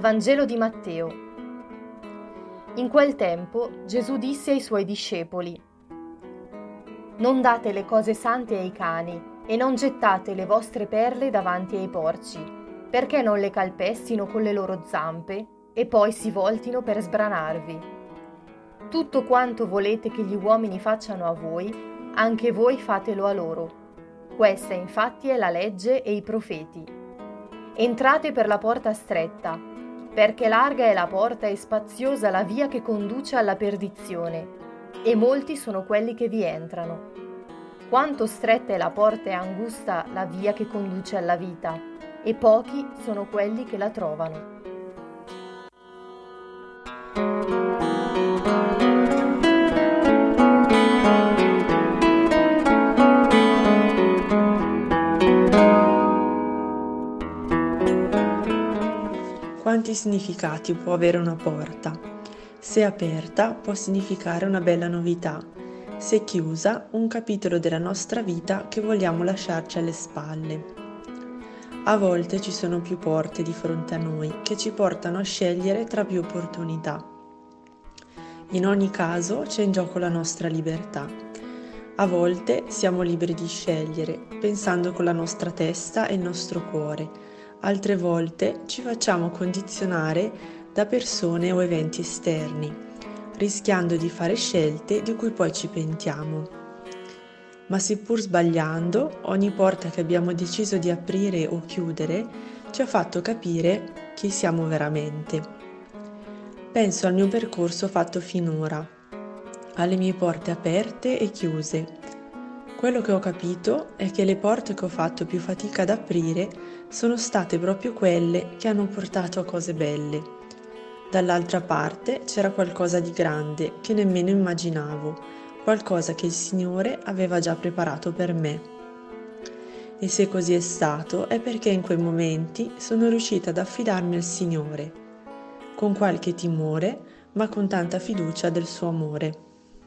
Dal Vangelo di Matteo. In quel tempo Gesù disse ai suoi discepoli: Non date le cose sante ai cani e non gettate le vostre perle davanti ai porci, perché non le calpestino con le loro zampe e poi si voltino per sbranarvi. Tutto quanto volete che gli uomini facciano a voi, anche voi fatelo a loro. Questa infatti è la legge e i profeti. Entrate per la porta stretta, perché larga è la porta e spaziosa la via che conduce alla perdizione, e molti sono quelli che vi entrano. Quanto stretta è la porta e angusta la via che conduce alla vita, e pochi sono quelli che la trovano. Quanti significati può avere una porta? Se aperta può significare una bella novità, se chiusa un capitolo della nostra vita che vogliamo lasciarci alle spalle. A volte ci sono più porte di fronte a noi che ci portano a scegliere tra più opportunità. In ogni caso c'è in gioco la nostra libertà. A volte siamo liberi di scegliere, pensando con la nostra testa e il nostro cuore. Altre volte ci facciamo condizionare da persone o eventi esterni, rischiando di fare scelte di cui poi ci pentiamo. Ma seppur sbagliando, ogni porta che abbiamo deciso di aprire o chiudere ci ha fatto capire chi siamo veramente. Penso al mio percorso fatto finora, alle mie porte aperte e chiuse. Quello che ho capito è che le porte che ho fatto più fatica ad aprire sono state proprio quelle che hanno portato a cose belle. Dall'altra parte c'era qualcosa di grande che nemmeno immaginavo, qualcosa che il Signore aveva già preparato per me. E se così è stato è perché in quei momenti sono riuscita ad affidarmi al Signore, con qualche timore, ma con tanta fiducia del suo amore.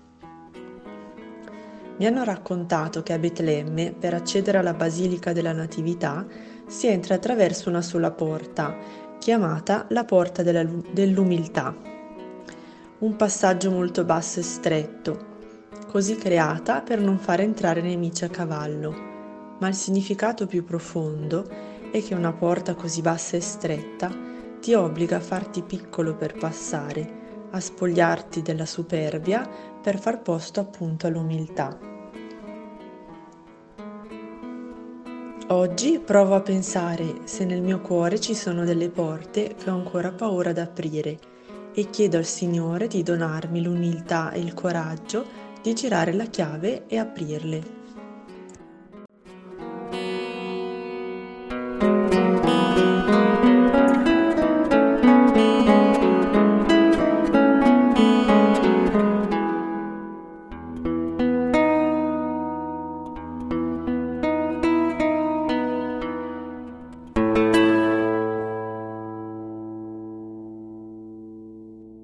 Mi hanno raccontato che a Betlemme, per accedere alla Basilica della Natività, si entra attraverso una sola porta, chiamata la porta dell'umiltà. Un passaggio molto basso e stretto, così creata per non far entrare nemici a cavallo. Ma il significato più profondo è che una porta così bassa e stretta ti obbliga a farti piccolo per passare, a spogliarti della superbia per far posto appunto all'umiltà. Oggi provo a pensare se nel mio cuore ci sono delle porte che ho ancora paura ad aprire e chiedo al Signore di donarmi l'umiltà e il coraggio di girare la chiave e aprirle.